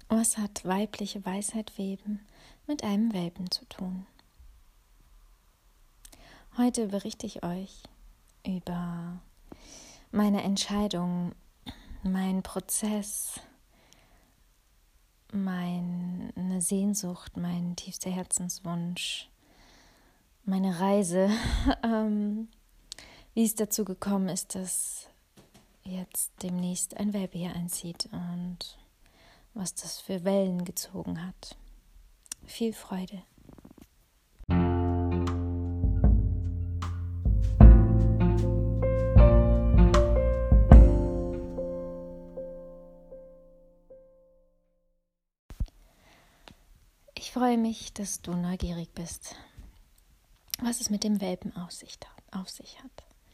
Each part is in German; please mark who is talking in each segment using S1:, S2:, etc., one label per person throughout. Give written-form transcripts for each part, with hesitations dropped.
S1: Was hat weibliche Weisheit Weben mit einem Welpen zu tun? Heute berichte ich euch über meine Entscheidung, meinen Prozess, meine Sehnsucht, mein tiefster Herzenswunsch, meine Reise, wie es dazu gekommen ist, dass jetzt demnächst ein Welpe hier einzieht und was das für Wellen gezogen hat. Viel Freude. Ich freue mich, dass du neugierig bist, was es mit dem Welpen auf sich hat.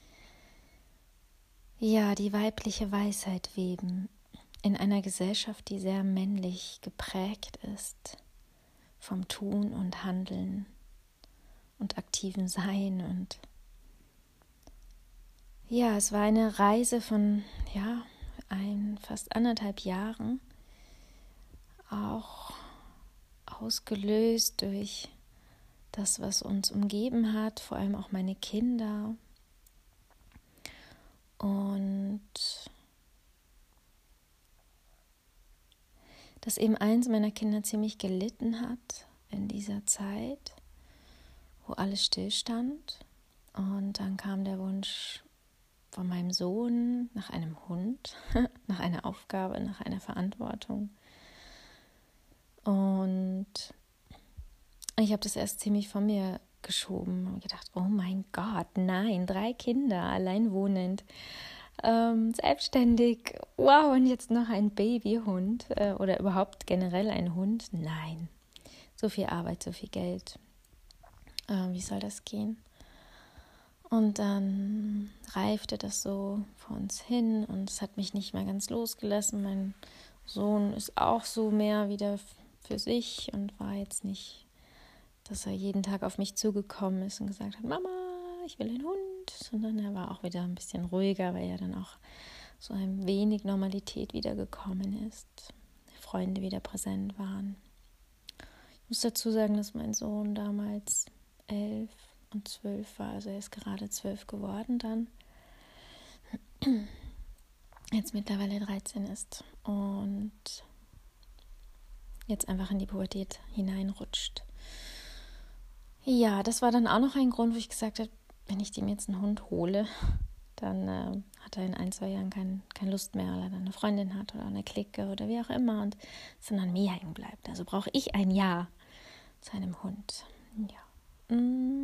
S1: Ja, die weibliche Weisheit Weben in einer Gesellschaft, die sehr männlich geprägt ist, vom Tun und Handeln und aktiven Sein. Und ja, es war eine Reise von fast 1,5 Jahren, auch ausgelöst durch das, was uns umgeben hat, vor allem auch meine Kinder. Und dass eben eins meiner Kinder ziemlich gelitten hat in dieser Zeit, wo alles stillstand. Und dann kam der Wunsch von meinem Sohn nach einem Hund, nach einer Aufgabe, nach einer Verantwortung. Und ich habe das erst ziemlich von mir geschoben und gedacht, oh mein Gott, nein, 3 Kinder, alleinwohnend, selbstständig, wow, und jetzt noch ein Babyhund oder überhaupt generell ein Hund, nein, so viel Arbeit, so viel Geld, wie soll das gehen? Und dann reifte das so vor uns hin und es hat mich nicht mehr ganz losgelassen. Mein Sohn ist auch so mehr wieder für sich und war jetzt nicht, dass er jeden Tag auf mich zugekommen ist und gesagt hat, Mama, ich will einen Hund, sondern er war auch wieder ein bisschen ruhiger, weil ja dann auch so ein wenig Normalität wiedergekommen ist, Freunde wieder präsent waren. Ich muss dazu sagen, dass mein Sohn damals 11 und 12 war, also er ist gerade 12 geworden dann, jetzt mittlerweile 13 ist und jetzt einfach in die Pubertät hineinrutscht. Ja, das war dann auch noch ein Grund, wo ich gesagt habe, wenn ich dem jetzt einen Hund hole, dann hat er in 1-2 Jahren keine Lust mehr, weil er dann eine Freundin hat oder eine Clique oder wie auch immer und es dann an mir hängen bleibt. Also brauche ich ein Ja zu einem Hund. Ja.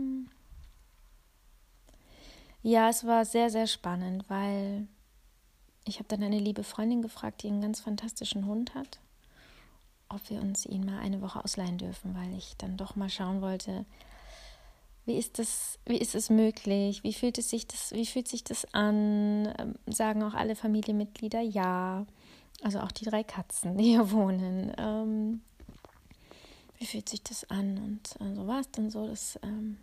S1: Ja, es war sehr, sehr spannend, weil ich habe dann eine liebe Freundin gefragt, die einen ganz fantastischen Hund hat, ob wir uns ihn mal eine Woche ausleihen dürfen, weil ich dann doch mal schauen wollte, wie ist es möglich, wie fühlt sich das an, sagen auch alle Familienmitglieder ja, also auch die 3 Katzen, die hier wohnen, wie fühlt sich das an? Und so war es dann so, dass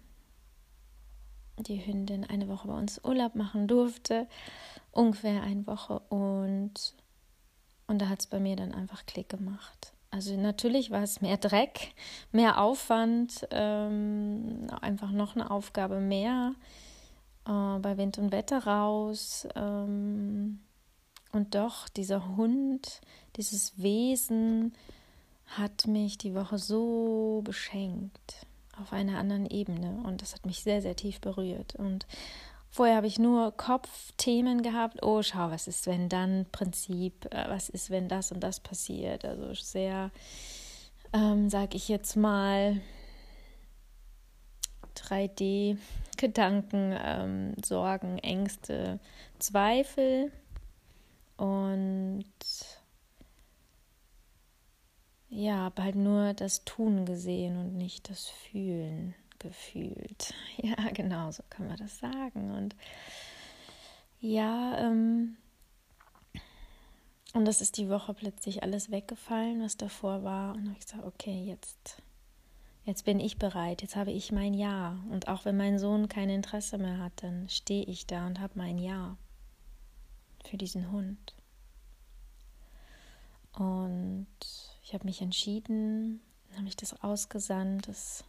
S1: die Hündin eine Woche bei uns Urlaub machen durfte, ungefähr 1 Woche und da hat es bei mir dann einfach Klick gemacht. Also natürlich war es mehr Dreck, mehr Aufwand, einfach noch eine Aufgabe mehr, bei Wind und Wetter raus. Und doch, dieser Hund, dieses Wesen hat mich die Woche so beschenkt auf einer anderen Ebene. Und das hat mich sehr, sehr tief berührt. Und vorher habe ich nur Kopfthemen gehabt. Oh, schau, was ist, wenn dann Prinzip, was ist, wenn das und das passiert. Also sehr, sage ich jetzt mal, 3D-Gedanken, Sorgen, Ängste, Zweifel und ja, habe halt nur das Tun gesehen und nicht das Fühlen gefühlt. Ja, genau, so kann man das sagen. Und ja, und das ist die Woche plötzlich alles weggefallen, was davor war. Und dann habe ich gesagt, okay, jetzt bin ich bereit, jetzt habe ich mein Ja. Und auch wenn mein Sohn kein Interesse mehr hat, dann stehe ich da und habe mein Ja für diesen Hund. Und Ich habe mich entschieden, habe ich das ausgesandt, dass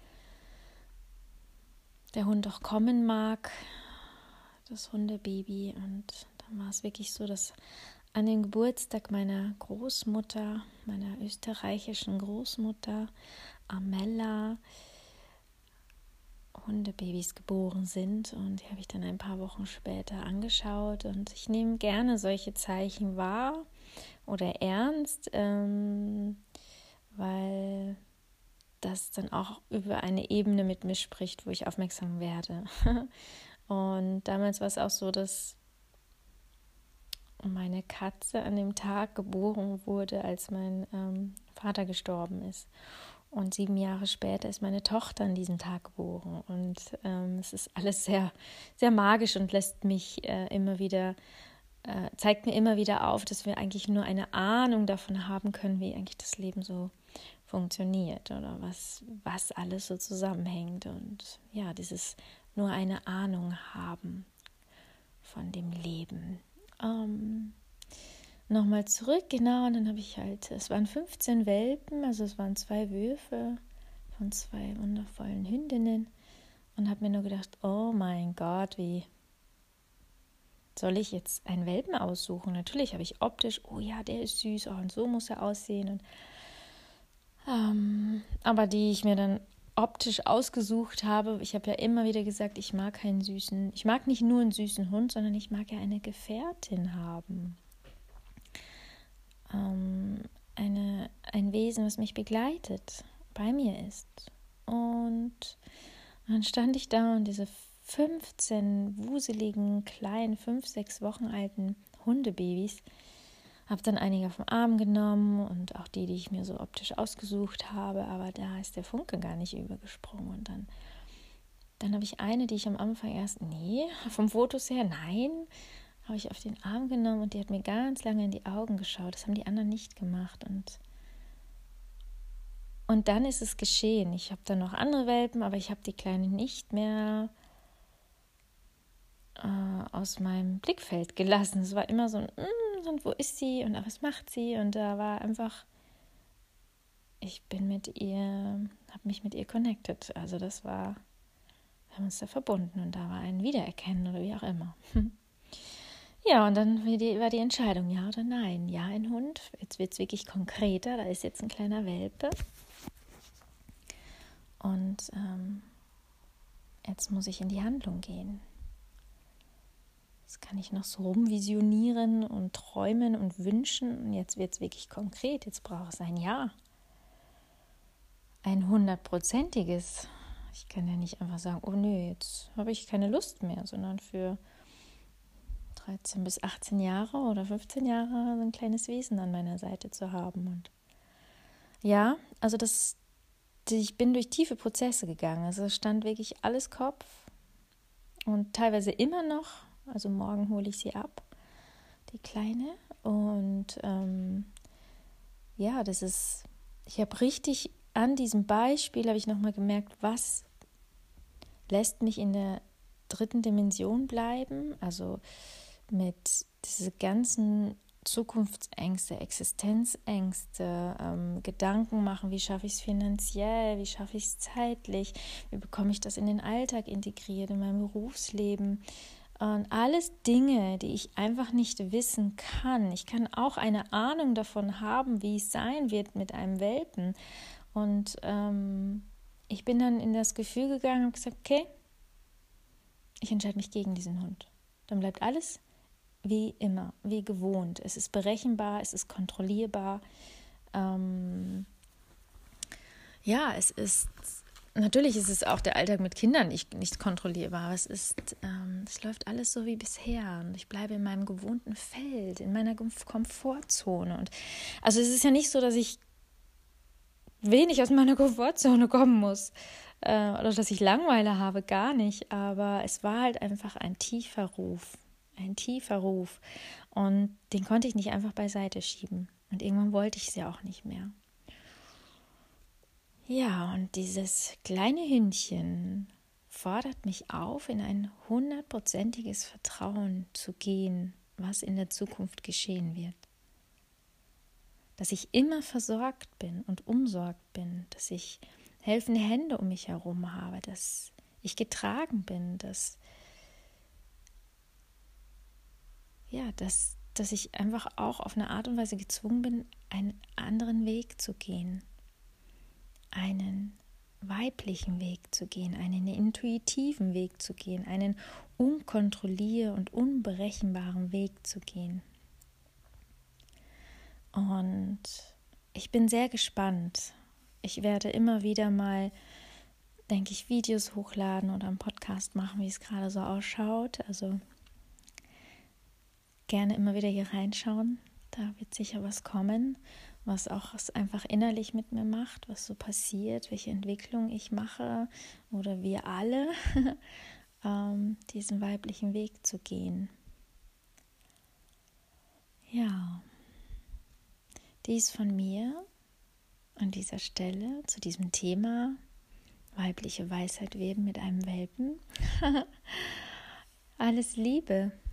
S1: der Hund auch kommen mag, das Hundebaby. Und dann war es wirklich so, dass an dem Geburtstag meiner Großmutter, meiner österreichischen Großmutter, Amella, Hundebabys geboren sind, und die habe ich dann ein paar Wochen später angeschaut, und ich nehme gerne solche Zeichen wahr oder ernst, weil das dann auch über eine Ebene mit mir spricht, wo ich aufmerksam werde. Und damals war es auch so, dass meine Katze an dem Tag geboren wurde, als mein Vater gestorben ist. Und 7 Jahre später ist meine Tochter an diesem Tag geboren. Und es ist alles sehr, sehr magisch und lässt mich zeigt mir immer wieder auf, dass wir eigentlich nur eine Ahnung davon haben können, wie eigentlich das Leben so funktioniert oder was alles so zusammenhängt. Und ja, dieses nur eine Ahnung haben von dem Leben. Nochmal zurück, genau, und dann habe ich es waren 15 Welpen, also es waren 2 Wölfe von 2 wundervollen Hündinnen, und habe mir nur gedacht, oh mein Gott, wie soll ich jetzt einen Welpen aussuchen? Natürlich habe ich optisch, oh ja, der ist süß, oh, und so muss er aussehen. Aber die ich mir dann optisch ausgesucht habe, ich habe ja immer wieder gesagt, ich mag nicht nur einen süßen Hund, sondern ich mag ja eine Gefährtin haben. Ein Wesen, was mich begleitet, bei mir ist. Und dann stand ich da und diese 15 wuseligen, kleinen, 5, 6 Wochen alten Hundebabys, habe dann einige auf den Arm genommen und auch die ich mir so optisch ausgesucht habe, aber da ist der Funke gar nicht übergesprungen. Und dann habe ich eine, die ich am Anfang vom Fotos her, nein, habe ich auf den Arm genommen, und die hat mir ganz lange in die Augen geschaut. Das haben die anderen nicht gemacht. Und dann ist es geschehen. Ich habe dann noch andere Welpen, aber ich habe die Kleine nicht mehr aus meinem Blickfeld gelassen. Es war immer so und wo ist sie und was macht sie? Und da war einfach, habe mich mit ihr connected. Also wir haben uns da verbunden, und da war ein Wiedererkennen oder wie auch immer. Ja, und dann war die Entscheidung, ja oder nein. Ja, ein Hund, jetzt wird es wirklich konkreter, da ist jetzt ein kleiner Welpe. Und jetzt muss ich in die Handlung gehen. Jetzt kann ich noch so rumvisionieren und träumen und wünschen, und jetzt wird es wirklich konkret, jetzt braucht es ein Ja. Ein 100%iges. Ich kann ja nicht einfach sagen, oh nö, jetzt habe ich keine Lust mehr, sondern für 13 bis 18 Jahre oder 15 Jahre so ein kleines Wesen an meiner Seite zu haben. Und ja, also ich bin durch tiefe Prozesse gegangen. Also es stand wirklich alles Kopf und teilweise immer noch. Also morgen hole ich sie ab, die Kleine. Und ich habe richtig an diesem Beispiel, habe ich nochmal gemerkt, was lässt mich in der 3. Dimension bleiben, also mit diese ganzen Zukunftsängste, Existenzängste, Gedanken machen, wie schaffe ich es finanziell, wie schaffe ich es zeitlich, wie bekomme ich das in den Alltag integriert, in meinem Berufsleben. Und alles Dinge, die ich einfach nicht wissen kann. Ich kann auch eine Ahnung davon haben, wie es sein wird mit einem Welpen. Und ich bin dann in das Gefühl gegangen und habe gesagt, okay, ich entscheide mich gegen diesen Hund. Dann bleibt alles wie immer, wie gewohnt. Es ist berechenbar, es ist kontrollierbar. Natürlich ist es auch der Alltag mit Kindern nicht kontrollierbar, aber es läuft alles so wie bisher, und ich bleibe in meinem gewohnten Feld, in meiner Komfortzone. Und also es ist ja nicht so, dass ich wenig aus meiner Komfortzone kommen muss oder dass ich Langeweile habe, gar nicht, aber es war halt einfach ein tiefer Ruf, und den konnte ich nicht einfach beiseite schieben, und irgendwann wollte ich es ja auch nicht mehr. Ja, und dieses kleine Hündchen fordert mich auf, in ein 100%iges Vertrauen zu gehen, was in der Zukunft geschehen wird. dass ich immer versorgt bin und umsorgt bin, dass ich helfende Hände um mich herum habe, dass ich getragen bin, dass ich einfach auch auf eine Art und Weise gezwungen bin, einen anderen Weg zu gehen, einen weiblichen Weg zu gehen, einen intuitiven Weg zu gehen, einen unkontrollier- und unberechenbaren Weg zu gehen. Und ich bin sehr gespannt. Ich werde immer wieder mal, denke ich, Videos hochladen oder einen Podcast machen, wie es gerade so ausschaut. Also gerne immer wieder hier reinschauen. Da wird sicher was kommen, was auch einfach innerlich mit mir macht, was so passiert, welche Entwicklung ich mache oder wir alle, diesen weiblichen Weg zu gehen. Ja, dies von mir an dieser Stelle zu diesem Thema weibliche Weisheit werden mit einem Welpen. Alles Liebe.